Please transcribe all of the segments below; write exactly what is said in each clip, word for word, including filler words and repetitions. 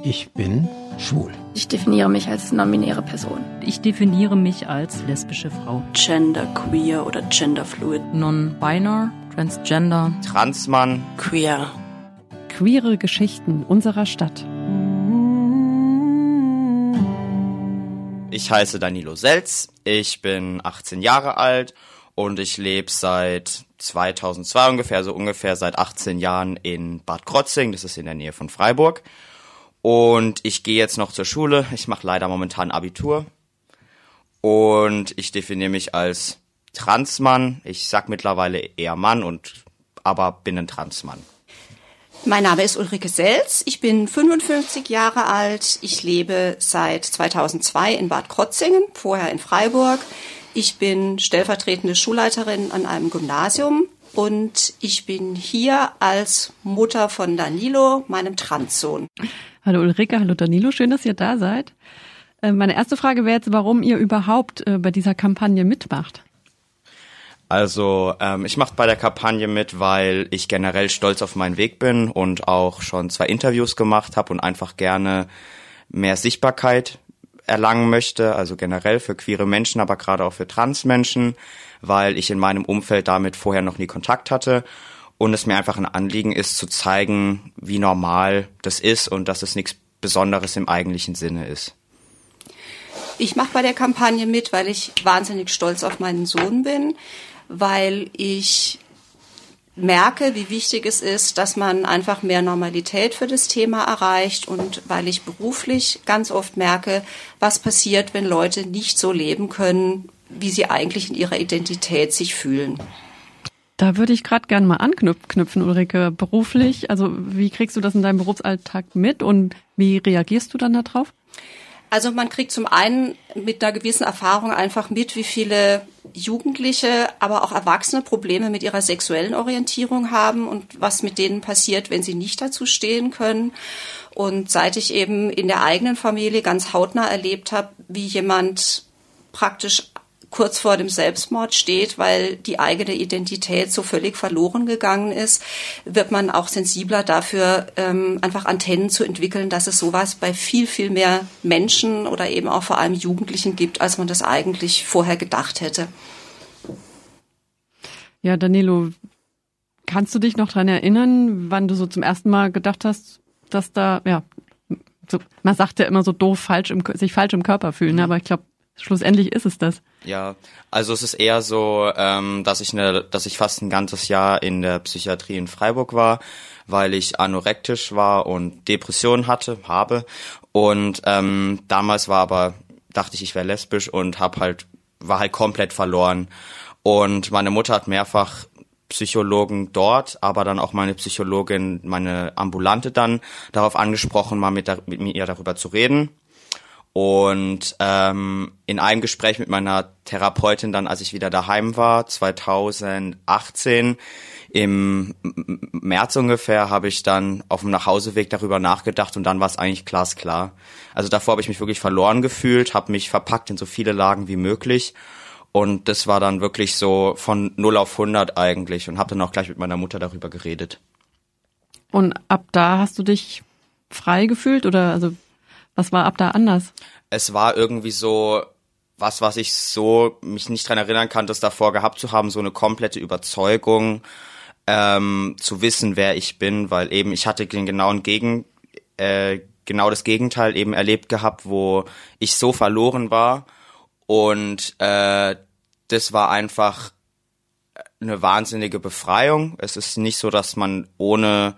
Ich bin schwul. Ich definiere mich als non-binäre Person. Ich definiere mich als lesbische Frau. Genderqueer oder genderfluid. Non-binär, transgender. Transmann. Queer. Queere Geschichten unserer Stadt. Ich heiße Danilo Selz, ich bin achtzehn Jahre alt und ich lebe seit zweitausendzwei ungefähr, so ungefähr seit achtzehn Jahren in Bad Krotzing, das ist in der Nähe von Freiburg. Und ich gehe jetzt noch zur Schule, ich mache leider momentan Abitur und ich definiere mich als Transmann. Ich sag mittlerweile eher Mann, und aber bin ein Transmann. Mein Name ist Ulrike Selz, ich bin fünfundfünfzig Jahre alt, ich lebe seit zweitausendzwei in Bad Krotzingen, vorher in Freiburg. Ich bin stellvertretende Schulleiterin an einem Gymnasium und ich bin hier als Mutter von Danilo, meinem Transsohn. Hallo Ulrike, hallo Danilo, schön, dass ihr da seid. Meine erste Frage wäre jetzt, warum ihr überhaupt bei dieser Kampagne mitmacht. Also ähm, ich mache bei der Kampagne mit, weil ich generell stolz auf meinen Weg bin und auch schon zwei Interviews gemacht habe und einfach gerne mehr Sichtbarkeit erlangen möchte, also generell für queere Menschen, aber gerade auch für Transmenschen, weil ich in meinem Umfeld damit vorher noch nie Kontakt hatte und es mir einfach ein Anliegen ist, zu zeigen, wie normal das ist und dass es nichts Besonderes im eigentlichen Sinne ist. Ich mache bei der Kampagne mit, weil ich wahnsinnig stolz auf meinen Sohn bin, weil ich merke, wie wichtig es ist, dass man einfach mehr Normalität für das Thema erreicht, und weil ich beruflich ganz oft merke, was passiert, wenn Leute nicht so leben können, wie sie eigentlich in ihrer Identität sich fühlen. Da würde ich gerade gerne mal anknüpfen, Ulrike, beruflich. Also wie kriegst du das in deinem Berufsalltag mit und wie reagierst du dann darauf? Also man kriegt zum einen mit einer gewissen Erfahrung einfach mit, wie viele Jugendliche, aber auch Erwachsene Probleme mit ihrer sexuellen Orientierung haben und was mit denen passiert, wenn sie nicht dazu stehen können. Und seit ich eben in der eigenen Familie ganz hautnah erlebt habe, wie jemand praktisch kurz vor dem Selbstmord steht, weil die eigene Identität so völlig verloren gegangen ist, wird man auch sensibler dafür, ähm, einfach Antennen zu entwickeln, dass es sowas bei viel, viel mehr Menschen oder eben auch vor allem Jugendlichen gibt, als man das eigentlich vorher gedacht hätte. Ja, Danilo, kannst du dich noch dran erinnern, wann du so zum ersten Mal gedacht hast, dass da, ja, so, man sagt ja immer so doof, falsch im, sich falsch im Körper fühlen, aber ich glaube, schlussendlich ist es das. Ja, also es ist eher so, ähm, dass ich eine, dass ich fast ein ganzes Jahr in der Psychiatrie in Freiburg war, weil ich anorektisch war und Depressionen hatte, habe. Und ähm, damals war aber, dachte ich, ich wäre lesbisch und hab halt, war halt komplett verloren. Und meine Mutter hat mehrfach Psychologen dort, aber dann auch meine Psychologin, meine Ambulante dann darauf angesprochen, mal mit, der, mit mir darüber zu reden. Und ähm, in einem Gespräch mit meiner Therapeutin dann, als ich wieder daheim war, zweitausendachtzehn, im März ungefähr, habe ich dann auf dem Nachhauseweg darüber nachgedacht und dann war es eigentlich glasklar. Also davor habe ich mich wirklich verloren gefühlt, habe mich verpackt in so viele Lagen wie möglich und das war dann wirklich so von null auf hundert eigentlich und habe dann auch gleich mit meiner Mutter darüber geredet. Und ab da hast du dich frei gefühlt oder also was war ab da anders? Es war irgendwie so was, was ich so mich nicht dran erinnern kann, das davor gehabt zu haben, so eine komplette Überzeugung, ähm, zu wissen, wer ich bin, weil eben ich hatte den genauen Gegen, äh, genau das Gegenteil eben erlebt gehabt, wo ich so verloren war und äh, das war einfach eine wahnsinnige Befreiung. Es ist nicht so, dass man ohne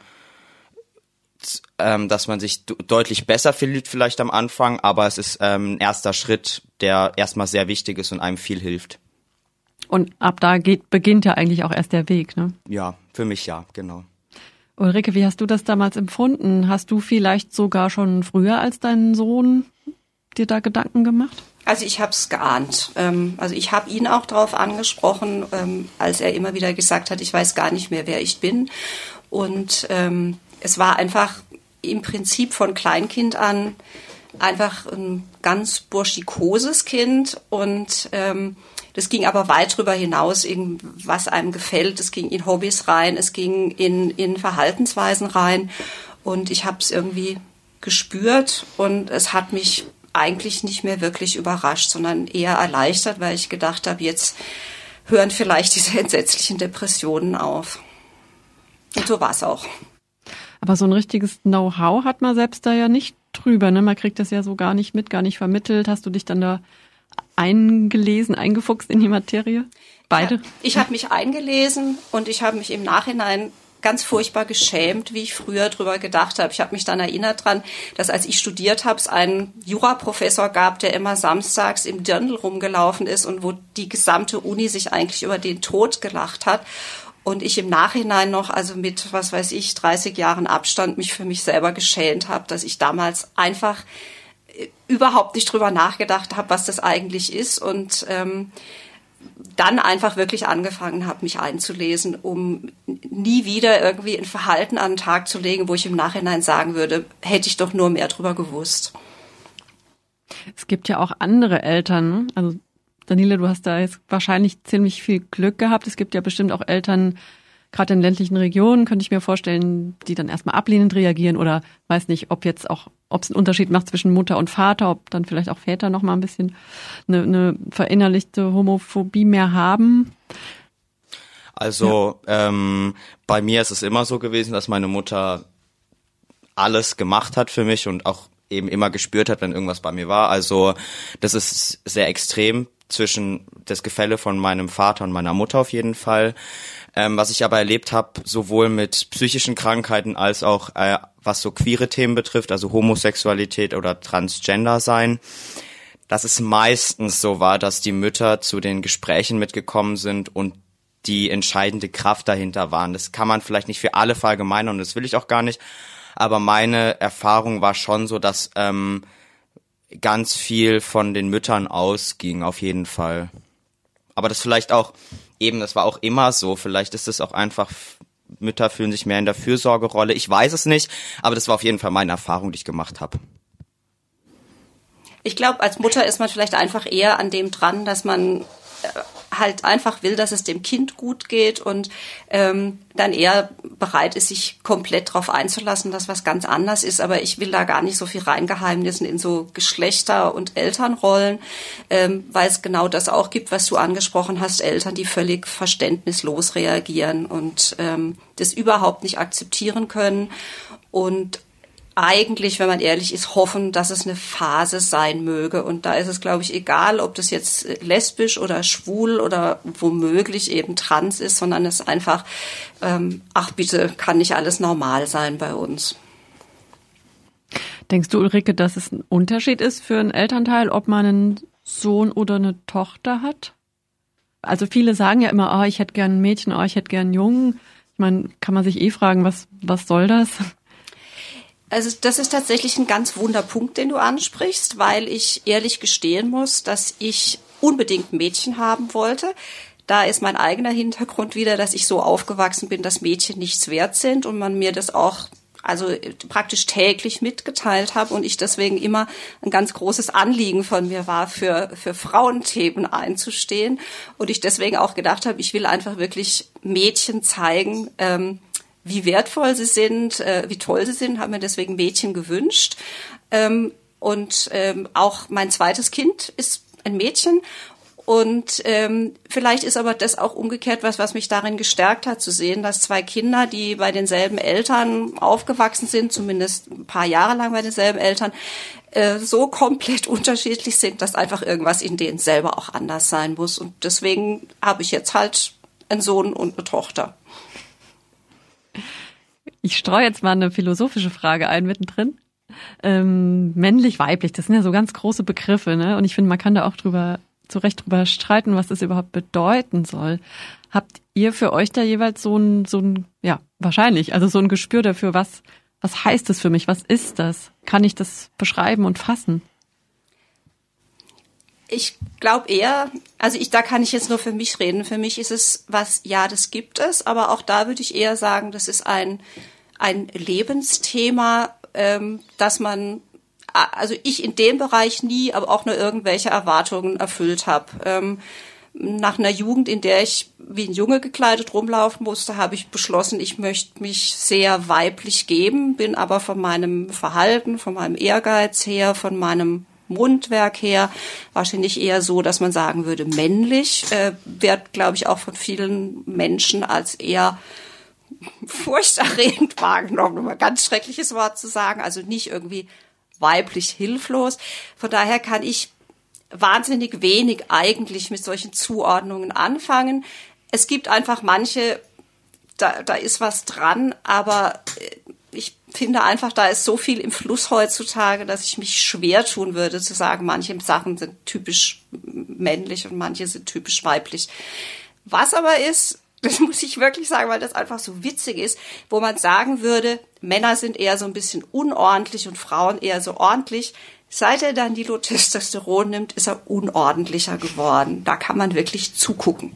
Ähm, dass man sich d- deutlich besser fühlt vielleicht am Anfang, aber es ist ähm, ein erster Schritt, der erstmal sehr wichtig ist und einem viel hilft. Und ab da geht, beginnt ja eigentlich auch erst der Weg, ne? Ja, für mich ja, genau. Ulrike, wie hast du das damals empfunden? Hast du vielleicht sogar schon früher als dein Sohn dir da Gedanken gemacht? Also ich habe es geahnt. Ähm, also ich habe ihn auch darauf angesprochen, ähm, als er immer wieder gesagt hat, ich weiß gar nicht mehr, wer ich bin. Und ähm, es war einfach im Prinzip von Kleinkind an einfach ein ganz burschikoses Kind und ähm, das ging aber weit drüber hinaus, was einem gefällt. Es ging in Hobbys rein, es ging in, in Verhaltensweisen rein und ich habe es irgendwie gespürt und es hat mich eigentlich nicht mehr wirklich überrascht, sondern eher erleichtert, weil ich gedacht habe, jetzt hören vielleicht diese entsetzlichen Depressionen auf. Und so war es auch. Aber so ein richtiges Know-how hat man selbst da ja nicht drüber, ne? Man kriegt das ja so gar nicht mit, gar nicht vermittelt. Hast du dich dann da eingelesen, eingefuchst in die Materie? Beide? Ja, ich habe mich eingelesen und ich habe mich im Nachhinein ganz furchtbar geschämt, wie ich früher drüber gedacht habe. Ich habe mich dann erinnert dran, dass als ich studiert habe, es einen Juraprofessor gab, der immer samstags im Dirndl rumgelaufen ist und wo die gesamte Uni sich eigentlich über den Tod gelacht hat. Und ich im Nachhinein noch, also mit, was weiß ich, dreißig Jahren Abstand, mich für mich selber geschämt habe, dass ich damals einfach überhaupt nicht drüber nachgedacht habe, was das eigentlich ist und ähm, dann einfach wirklich angefangen habe, mich einzulesen, um nie wieder irgendwie ein Verhalten an den Tag zu legen, wo ich im Nachhinein sagen würde, hätte ich doch nur mehr drüber gewusst. Es gibt ja auch andere Eltern, also Daniela, du hast da jetzt wahrscheinlich ziemlich viel Glück gehabt. Es gibt ja bestimmt auch Eltern, gerade in ländlichen Regionen, könnte ich mir vorstellen, die dann erstmal ablehnend reagieren oder weiß nicht, ob jetzt auch, ob es einen Unterschied macht zwischen Mutter und Vater, ob dann vielleicht auch Väter noch mal ein bisschen eine, eine verinnerlichte Homophobie mehr haben. Also ja. ähm, bei mir ist es immer so gewesen, dass meine Mutter alles gemacht hat für mich und auch eben immer gespürt hat, wenn irgendwas bei mir war. Also das ist sehr extrem zwischen das Gefälle von meinem Vater und meiner Mutter auf jeden Fall. Ähm, was ich aber erlebt habe, sowohl mit psychischen Krankheiten als auch äh, was so queere Themen betrifft, also Homosexualität oder Transgender sein, dass es meistens so war, dass die Mütter zu den Gesprächen mitgekommen sind und die entscheidende Kraft dahinter waren. Das kann man vielleicht nicht für alle verallgemeinern und das will ich auch gar nicht, aber meine Erfahrung war schon so, dass ähm, ganz viel von den Müttern ausging, auf jeden Fall. Aber das vielleicht auch, eben, das war auch immer so, vielleicht ist es auch einfach, Mütter fühlen sich mehr in der Fürsorgerolle, ich weiß es nicht, aber das war auf jeden Fall meine Erfahrung, die ich gemacht habe. Ich glaube, als Mutter ist man vielleicht einfach eher an dem dran, dass man halt einfach will, dass es dem Kind gut geht und ähm, dann eher bereit ist, sich komplett darauf einzulassen, dass was ganz anders ist. Aber ich will da gar nicht so viel reingeheimnissen in so Geschlechter- und Elternrollen, ähm, weil es genau das auch gibt, was du angesprochen hast, Eltern, die völlig verständnislos reagieren und ähm, das überhaupt nicht akzeptieren können und eigentlich, wenn man ehrlich ist, hoffen, dass es eine Phase sein möge. Und da ist es, glaube ich, egal, ob das jetzt lesbisch oder schwul oder womöglich eben trans ist, sondern es ist einfach, ähm, ach bitte, kann nicht alles normal sein bei uns. Denkst du, Ulrike, dass es ein Unterschied ist für einen Elternteil, ob man einen Sohn oder eine Tochter hat? Also viele sagen ja immer, oh, ich hätte gern ein Mädchen, oh, ich hätte gern einen Jungen. Ich meine, kann man sich eh fragen, was, was soll das? Also das ist tatsächlich ein ganz wunder Punkt, den du ansprichst, weil ich ehrlich gestehen muss, dass ich unbedingt ein Mädchen haben wollte. Da ist mein eigener Hintergrund wieder, dass ich so aufgewachsen bin, dass Mädchen nichts wert sind und man mir das auch also praktisch täglich mitgeteilt habe und ich deswegen immer ein ganz großes Anliegen von mir war, für für Frauenthemen einzustehen und ich deswegen auch gedacht habe, ich will einfach wirklich Mädchen zeigen, ähm, wie wertvoll sie sind, äh, wie toll sie sind, haben mir deswegen Mädchen gewünscht. Ähm, und ähm, auch mein zweites Kind ist ein Mädchen. Und ähm, vielleicht ist aber das auch umgekehrt was, was mich darin gestärkt hat, zu sehen, dass zwei Kinder, die bei denselben Eltern aufgewachsen sind, zumindest ein paar Jahre lang bei denselben Eltern, äh, so komplett unterschiedlich sind, dass einfach irgendwas in denen selber auch anders sein muss. Und deswegen habe ich jetzt halt einen Sohn und eine Tochter. Ich streue jetzt mal eine philosophische Frage ein mittendrin. Ähm, männlich, weiblich, das sind ja so ganz große Begriffe, ne? Und ich finde, man kann da auch drüber, zu Recht drüber streiten, was das überhaupt bedeuten soll. Habt ihr für euch da jeweils so ein, so ein, ja, wahrscheinlich, also so ein Gespür dafür, was, was heißt das für mich? Was ist das? Kann ich das beschreiben und fassen? Ich glaube eher, also ich, da kann ich jetzt nur für mich reden. Für mich ist es was, ja, das gibt es, aber auch da würde ich eher sagen, das ist ein, ein Lebensthema, ähm, dass man, also ich in dem Bereich nie, aber auch nur irgendwelche Erwartungen erfüllt habe. Ähm, Nach einer Jugend, in der ich wie ein Junge gekleidet rumlaufen musste, habe ich beschlossen, ich möchte mich sehr weiblich geben, bin aber von meinem Verhalten, von meinem Ehrgeiz her, von meinem Mundwerk her wahrscheinlich eher so, dass man sagen würde, männlich, äh, wird, glaube ich, auch von vielen Menschen als eher furchterregend wahrgenommen, um ein ganz schreckliches Wort zu sagen, also nicht irgendwie weiblich hilflos. Von daher kann ich wahnsinnig wenig eigentlich mit solchen Zuordnungen anfangen. Es gibt einfach manche, da, da ist was dran, aber ich finde einfach, da ist so viel im Fluss heutzutage, dass ich mich schwer tun würde zu sagen, manche Sachen sind typisch männlich und manche sind typisch weiblich. Was aber ist, das muss ich wirklich sagen, weil das einfach so witzig ist, wo man sagen würde, Männer sind eher so ein bisschen unordentlich und Frauen eher so ordentlich. Seit er Danilo Testosteron nimmt, ist er unordentlicher geworden. Da kann man wirklich zugucken.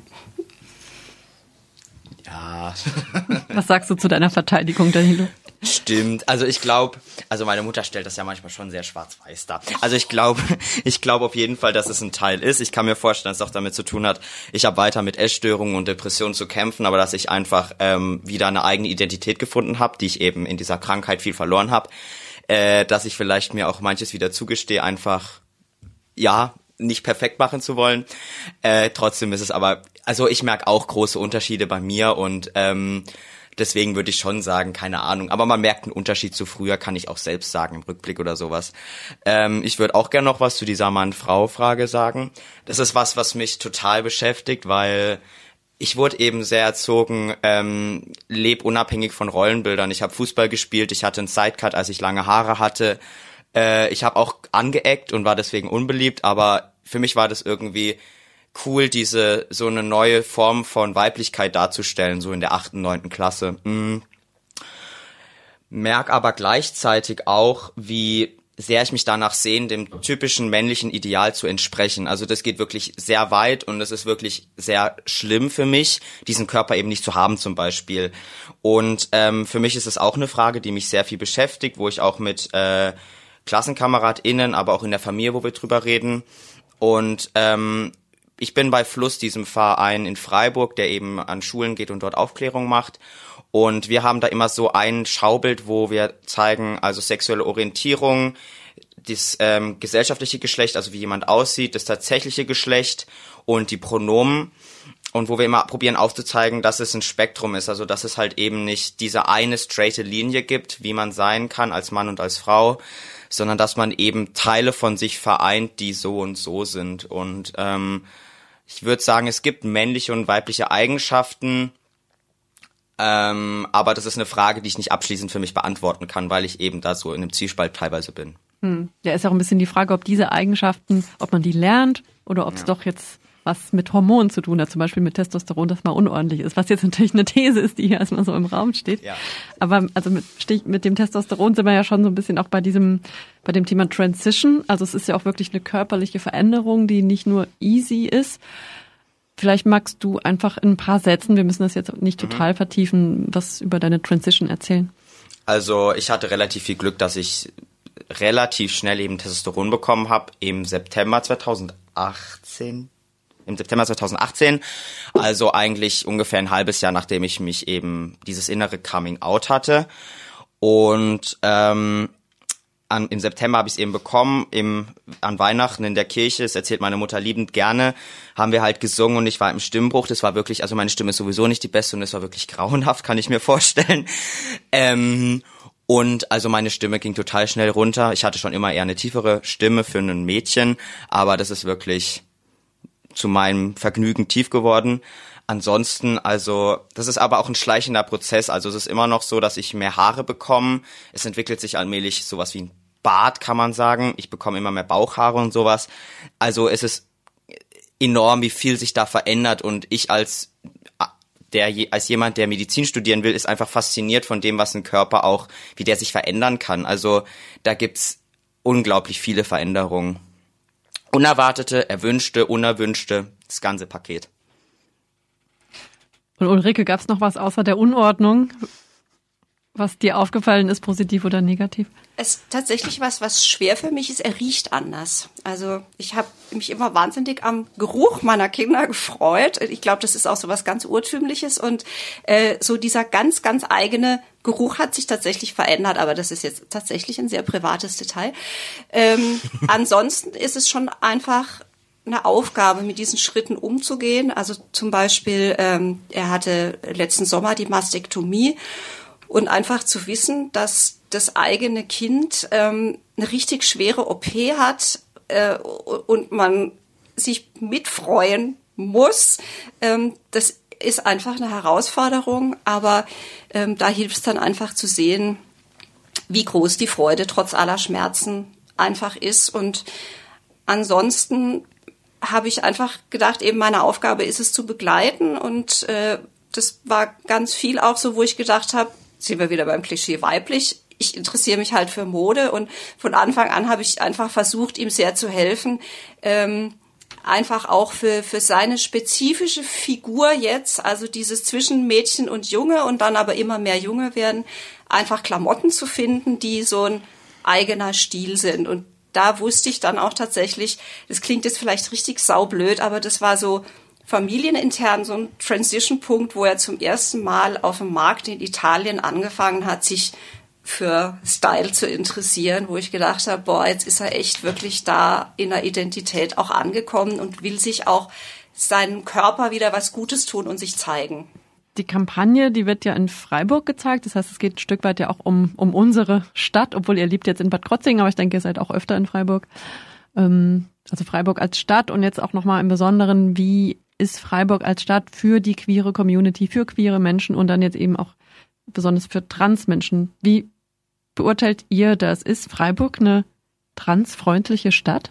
Ja. Was sagst du zu deiner Verteidigung, Danilo? Stimmt. Also ich glaube, also meine Mutter stellt das ja manchmal schon sehr schwarz-weiß dar. Also ich glaube, ich glaube auf jeden Fall, dass es ein Teil ist. Ich kann mir vorstellen, dass es auch damit zu tun hat, ich habe weiter mit Essstörungen und Depressionen zu kämpfen, aber dass ich einfach ähm, wieder eine eigene Identität gefunden habe, die ich eben in dieser Krankheit viel verloren habe. Äh, dass ich vielleicht mir auch manches wieder zugestehe, einfach, ja, nicht perfekt machen zu wollen. Äh, trotzdem ist es aber, also ich merke auch große Unterschiede bei mir und ähm, deswegen würde ich schon sagen, keine Ahnung. Aber man merkt einen Unterschied zu früher, kann ich auch selbst sagen, im Rückblick oder sowas. Ähm, ich würde auch gerne noch was zu dieser Mann-Frau-Frage sagen. Das ist was, was mich total beschäftigt, weil ich wurde eben sehr erzogen, ähm, leb unabhängig von Rollenbildern. Ich habe Fußball gespielt, ich hatte einen Sidecut, als ich lange Haare hatte. Äh, ich habe auch angeeckt und war deswegen unbeliebt, aber für mich war das irgendwie cool, diese so eine neue Form von Weiblichkeit darzustellen, so in der achten, neunten Klasse. Mm. Merk aber gleichzeitig auch, wie sehr ich mich danach sehne, dem typischen männlichen Ideal zu entsprechen. Also das geht wirklich sehr weit und es ist wirklich sehr schlimm für mich, diesen Körper eben nicht zu haben zum Beispiel. Und ähm, für mich ist es auch eine Frage, die mich sehr viel beschäftigt, wo ich auch mit äh, KlassenkameradInnen, aber auch in der Familie, wo wir drüber reden. Und ähm, ich bin bei Fluss, diesem Verein in Freiburg, der eben an Schulen geht und dort Aufklärung macht. Und wir haben da immer so ein Schaubild, wo wir zeigen, also sexuelle Orientierung, das ähm, gesellschaftliche Geschlecht, also wie jemand aussieht, das tatsächliche Geschlecht und die Pronomen. Und wo wir immer probieren aufzuzeigen, dass es ein Spektrum ist, also dass es halt eben nicht diese eine straighte Linie gibt, wie man sein kann als Mann und als Frau, sondern dass man eben Teile von sich vereint, die so und so sind. Und ähm, ich würde sagen, es gibt männliche und weibliche Eigenschaften, ähm, aber das ist eine Frage, die ich nicht abschließend für mich beantworten kann, weil ich eben da so in einem Zwiespalt teilweise bin. Hm. Ja, ist auch ein bisschen die Frage, ob diese Eigenschaften, ob man die lernt oder ob es ja. doch jetzt was mit Hormonen zu tun hat, zum Beispiel mit Testosteron, das mal unordentlich ist, was jetzt natürlich eine These ist, die hier erstmal so im Raum steht. Ja. Aber also mit, mit dem Testosteron sind wir ja schon so ein bisschen auch bei diesem, bei dem Thema Transition. Also es ist ja auch wirklich eine körperliche Veränderung, die nicht nur easy ist. Vielleicht magst du einfach in ein paar Sätzen, wir müssen das jetzt nicht total mhm. vertiefen, was über deine Transition erzählen. Also ich hatte relativ viel Glück, dass ich relativ schnell eben Testosteron bekommen habe, im September zweitausendachtzehn. Im September zweitausendachtzehn, also eigentlich ungefähr ein halbes Jahr, nachdem ich mich eben dieses innere Coming-out hatte. Und ähm, an, im September habe ich es eben bekommen, im, an Weihnachten in der Kirche, das erzählt meine Mutter liebend gerne, haben wir halt gesungen und ich war im Stimmbruch. Das war wirklich, also meine Stimme ist sowieso nicht die beste und es war wirklich grauenhaft, kann ich mir vorstellen. Ähm, und also meine Stimme ging total schnell runter. Ich hatte schon immer eher eine tiefere Stimme für ein Mädchen, aber das ist wirklich zu meinem Vergnügen tief geworden. Ansonsten, also, das ist aber auch ein schleichender Prozess. Also es ist immer noch so, dass ich mehr Haare bekomme. Es entwickelt sich allmählich sowas wie ein Bart, kann man sagen. Ich bekomme immer mehr Bauchhaare und sowas. Also es ist enorm, wie viel sich da verändert. Und ich als der als jemand, der Medizin studieren will, ist einfach fasziniert von dem, was ein Körper auch, wie der sich verändern kann. Also da gibt's unglaublich viele Veränderungen. Unerwartete, erwünschte, unerwünschte, das ganze Paket. Und Ulrike, gab es noch was außer der Unordnung, was dir aufgefallen ist, positiv oder negativ? Es ist tatsächlich was, was schwer für mich ist, er riecht anders. Also ich habe mich immer wahnsinnig am Geruch meiner Kinder gefreut. Ich glaube, das ist auch so was ganz Urtümliches und äh, so dieser ganz, ganz eigene Geruch hat sich tatsächlich verändert, aber das ist jetzt tatsächlich ein sehr privates Detail. Ähm, ansonsten ist es schon einfach eine Aufgabe, mit diesen Schritten umzugehen. Also zum Beispiel, ähm, er hatte letzten Sommer die Mastektomie und einfach zu wissen, dass das eigene Kind ähm, eine richtig schwere O P hat äh, und man sich mitfreuen muss, ähm, das ist einfach eine Herausforderung, aber ähm, da hilft es dann einfach zu sehen, wie groß die Freude trotz aller Schmerzen einfach ist. Und ansonsten habe ich einfach gedacht, eben meine Aufgabe ist es zu begleiten und äh, das war ganz viel auch so, wo ich gedacht habe, sind wir wieder beim Klischee weiblich, ich interessiere mich halt für Mode und von Anfang an habe ich einfach versucht, ihm sehr zu helfen, ähm, einfach auch für für seine spezifische Figur jetzt, also dieses zwischen Mädchen und Junge und dann aber immer mehr Junge werden, einfach Klamotten zu finden, die so ein eigener Stil sind. Und da wusste ich dann auch tatsächlich, das klingt jetzt vielleicht richtig saublöd, aber das war so familienintern so ein Transition-Punkt, wo er zum ersten Mal auf dem Markt in Italien angefangen hat, sich für Style zu interessieren, wo ich gedacht habe, boah, jetzt ist er echt wirklich da in der Identität auch angekommen und will sich auch seinem Körper wieder was Gutes tun und sich zeigen. Die Kampagne, die wird ja in Freiburg gezeigt. Das heißt, es geht ein Stück weit ja auch um, um unsere Stadt, obwohl ihr lebt jetzt in Bad Krozingen, aber ich denke, ihr seid auch öfter in Freiburg. Ähm, also Freiburg als Stadt und jetzt auch nochmal im Besonderen, wie ist Freiburg als Stadt für die queere Community, für queere Menschen und dann jetzt eben auch besonders für Transmenschen. Wie beurteilt ihr das? Ist Freiburg eine transfreundliche Stadt?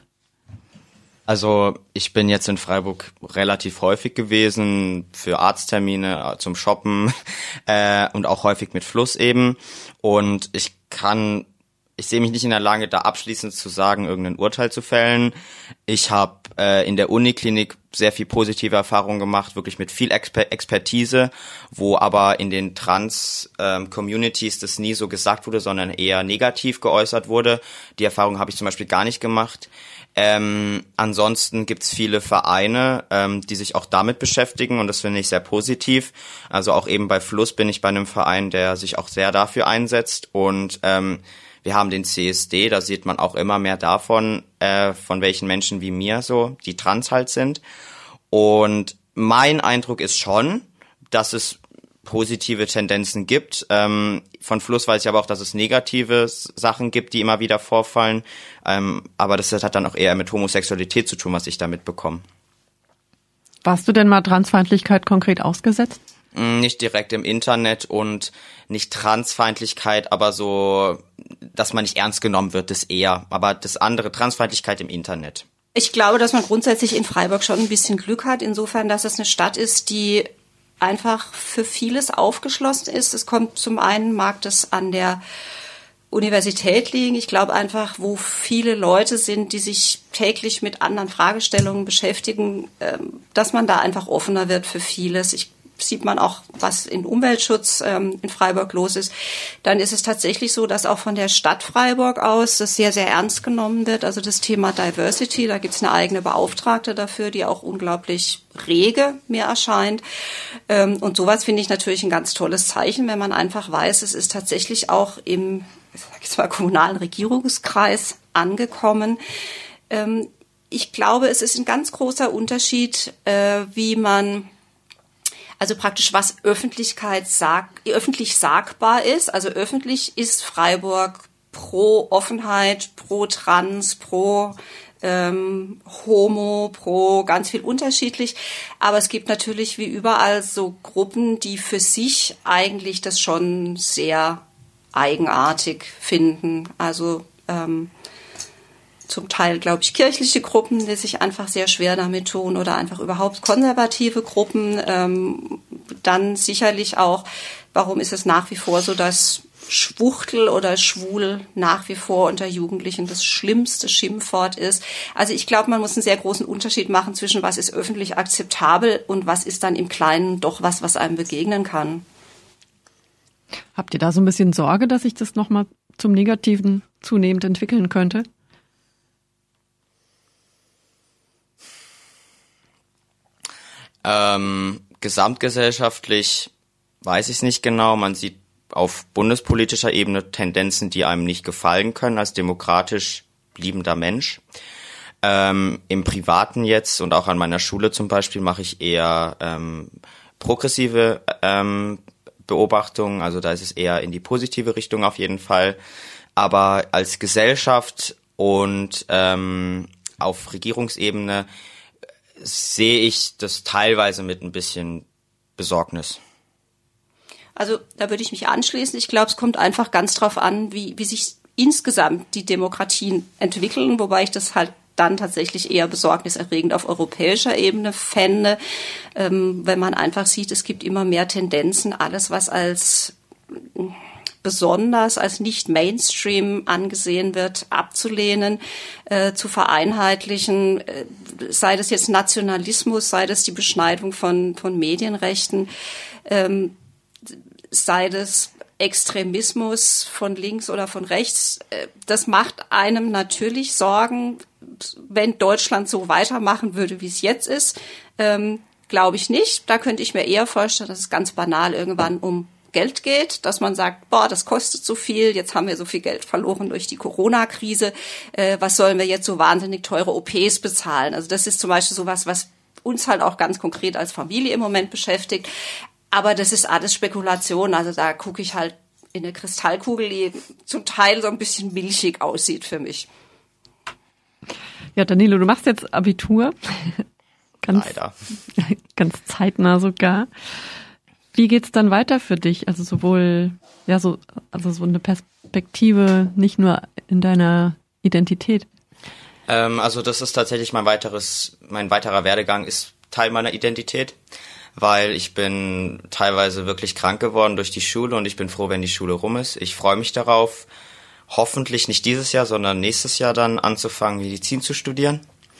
Also ich bin jetzt in Freiburg relativ häufig gewesen für Arzttermine, zum Shoppen äh, und auch häufig mit Fluss eben. Und ich kann, ich sehe mich nicht in der Lage, da abschließend zu sagen, irgendein Urteil zu fällen. Ich habe äh, in der Uniklinik sehr viel positive Erfahrungen gemacht, wirklich mit viel Exper- Expertise, wo aber in den Trans-Communities ähm, das nie so gesagt wurde, sondern eher negativ geäußert wurde. Die Erfahrung habe ich zum Beispiel gar nicht gemacht. Ähm, ansonsten gibt's viele Vereine, ähm, die sich auch damit beschäftigen und das finde ich sehr positiv. Also auch eben bei Fluss bin ich bei einem Verein, der sich auch sehr dafür einsetzt und ähm, wir haben den C S D, da sieht man auch immer mehr davon, äh, von welchen Menschen wie mir so, die trans halt sind. Und mein Eindruck ist schon, dass es positive Tendenzen gibt. Ähm, von Fluss weiß ich aber auch, dass es negative Sachen gibt, die immer wieder vorfallen. Ähm, aber das hat dann auch eher mit Homosexualität zu tun, was ich da mitbekomme. Warst du denn mal Transfeindlichkeit konkret ausgesetzt? Nicht direkt im Internet und nicht Transfeindlichkeit, aber so, dass man nicht ernst genommen wird, das eher. Aber das andere, Transfeindlichkeit im Internet. Ich glaube, dass man grundsätzlich in Freiburg schon ein bisschen Glück hat, insofern, dass es eine Stadt ist, die einfach für vieles aufgeschlossen ist. Es kommt zum einen, mag das an der Universität liegen. Ich glaube einfach, wo viele Leute sind, die sich täglich mit anderen Fragestellungen beschäftigen, dass man da einfach offener wird für vieles. Ich sieht man auch, was in Umweltschutz ähm, in Freiburg los ist. Dann ist es tatsächlich so, dass auch von der Stadt Freiburg aus das sehr, sehr ernst genommen wird. Also das Thema Diversity, da gibt es eine eigene Beauftragte dafür, die auch unglaublich rege mir erscheint. Ähm, und sowas finde ich natürlich ein ganz tolles Zeichen, wenn man einfach weiß, es ist tatsächlich auch im, ich sag jetzt mal, kommunalen Regierungskreis angekommen. Ähm, ich glaube, es ist ein ganz großer Unterschied, äh, wie man Also praktisch, was Öffentlichkeit sag, öffentlich sagbar ist. Also öffentlich ist Freiburg pro Offenheit, pro Trans, pro ähm, Homo, pro ganz viel unterschiedlich. Aber es gibt natürlich wie überall so Gruppen, die für sich eigentlich das schon sehr eigenartig finden. Also ähm, zum Teil, glaube ich, kirchliche Gruppen, die sich einfach sehr schwer damit tun oder einfach überhaupt konservative Gruppen. Ähm, dann sicherlich auch, warum ist es nach wie vor so, dass Schwuchtel oder Schwul nach wie vor unter Jugendlichen das schlimmste Schimpfwort ist. Also ich glaube, man muss einen sehr großen Unterschied machen zwischen was ist öffentlich akzeptabel und was ist dann im Kleinen doch was, was einem begegnen kann. Habt ihr da so ein bisschen Sorge, dass sich das nochmal zum Negativen zunehmend entwickeln könnte? Ähm, gesamtgesellschaftlich weiß ich es nicht genau. Man sieht auf bundespolitischer Ebene Tendenzen, die einem nicht gefallen können als demokratisch bliebender Mensch. Ähm, im Privaten jetzt und auch an meiner Schule zum Beispiel mache ich eher ähm, progressive ähm, Beobachtungen. Also da ist es eher in die positive Richtung auf jeden Fall. Aber als Gesellschaft und ähm, auf Regierungsebene sehe ich das teilweise mit ein bisschen Besorgnis. Also da würde ich mich anschließen. Ich glaube, es kommt einfach ganz drauf an, wie, wie sich insgesamt die Demokratien entwickeln, wobei ich das halt dann tatsächlich eher besorgniserregend auf europäischer Ebene fände, ähm, wenn man einfach sieht, es gibt immer mehr Tendenzen, alles, was als besonders als nicht Mainstream angesehen wird, abzulehnen, äh, zu vereinheitlichen, äh, sei das jetzt Nationalismus, sei das die Beschneidung von, von Medienrechten, ähm, sei das Extremismus von links oder von rechts. Äh, das macht einem natürlich Sorgen, wenn Deutschland so weitermachen würde, wie es jetzt ist. Ähm, glaube ich nicht. Da könnte ich mir eher vorstellen, dass es ganz banal irgendwann um Geld geht, dass man sagt, boah, das kostet so viel, jetzt haben wir so viel Geld verloren durch die Corona-Krise, äh, was sollen wir jetzt so wahnsinnig teure O Ps bezahlen? Also das ist zum Beispiel sowas, was uns halt auch ganz konkret als Familie im Moment beschäftigt. Aber das ist alles Spekulation, also da gucke ich halt in eine Kristallkugel, die zum Teil so ein bisschen milchig aussieht für mich. Ja, Danilo, du machst jetzt Abitur. ganz, Leider. Ganz zeitnah sogar. Wie geht's dann weiter für dich? Also sowohl, ja, so, also so eine Perspektive nicht nur in deiner Identität. Ähm, also das ist tatsächlich mein weiteres, mein weiterer Werdegang ist Teil meiner Identität, weil ich bin teilweise wirklich krank geworden durch die Schule und ich bin froh, wenn die Schule rum ist. Ich freue mich darauf, hoffentlich nicht dieses Jahr, sondern nächstes Jahr dann anzufangen, Medizin zu studieren.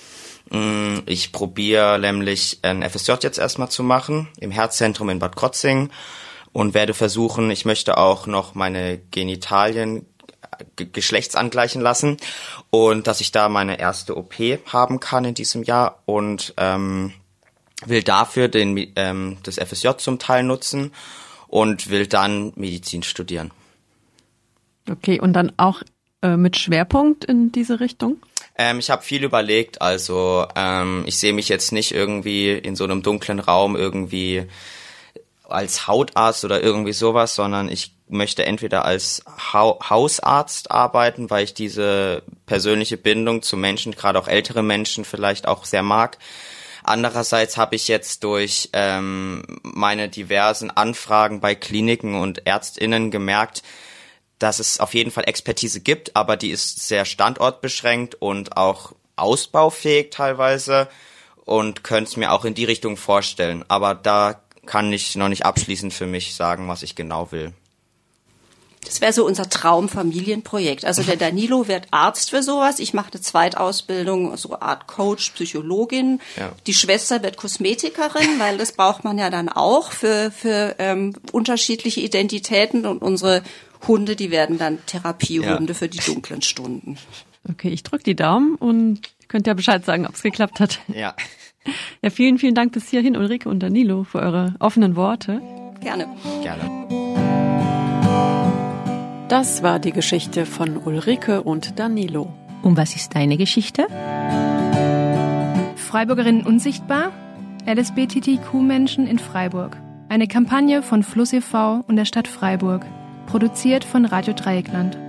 Ich probiere nämlich ein F S J jetzt erstmal zu machen im Herzzentrum in Bad Krotzingen und werde versuchen, ich möchte auch noch meine Genitalien g- geschlechtsangleichen lassen und dass ich da meine erste O P haben kann in diesem Jahr und ähm, will dafür den ähm, das F S J zum Teil nutzen und will dann Medizin studieren. Okay, und dann auch äh, mit Schwerpunkt in diese Richtung? Ähm, ich habe viel überlegt, also ähm, ich sehe mich jetzt nicht irgendwie in so einem dunklen Raum irgendwie als Hautarzt oder irgendwie sowas, sondern ich möchte entweder als ha- Hausarzt arbeiten, weil ich diese persönliche Bindung zu Menschen, gerade auch ältere Menschen vielleicht auch sehr mag. Andererseits habe ich jetzt durch ähm, meine diversen Anfragen bei Kliniken und ÄrztInnen gemerkt, dass es auf jeden Fall Expertise gibt, aber die ist sehr standortbeschränkt und auch ausbaufähig teilweise und könnte es mir auch in die Richtung vorstellen. Aber da kann ich noch nicht abschließend für mich sagen, was ich genau will. Das wäre so unser Traumfamilienprojekt. Also der Danilo wird Arzt für sowas. Ich mache eine Zweitausbildung, so eine Art Coach, Psychologin. Ja. Die Schwester wird Kosmetikerin, weil das braucht man ja dann auch für, für ähm, unterschiedliche Identitäten. Und unsere Hunde, die werden dann Therapiehunde ja. für die dunklen Stunden. Okay, ich drücke die Daumen und ihr könnt ja Bescheid sagen, ob es geklappt hat. Ja. Ja, vielen, vielen Dank bis hierhin, Ulrike und Danilo, für eure offenen Worte. Gerne. Gerne. Das war die Geschichte von Ulrike und Danilo. Und was ist deine Geschichte? Freiburgerinnen unsichtbar? L S B T T Q-Menschen in Freiburg. Eine Kampagne von Fluss e V und der Stadt Freiburg. Produziert von Radio Dreieckland.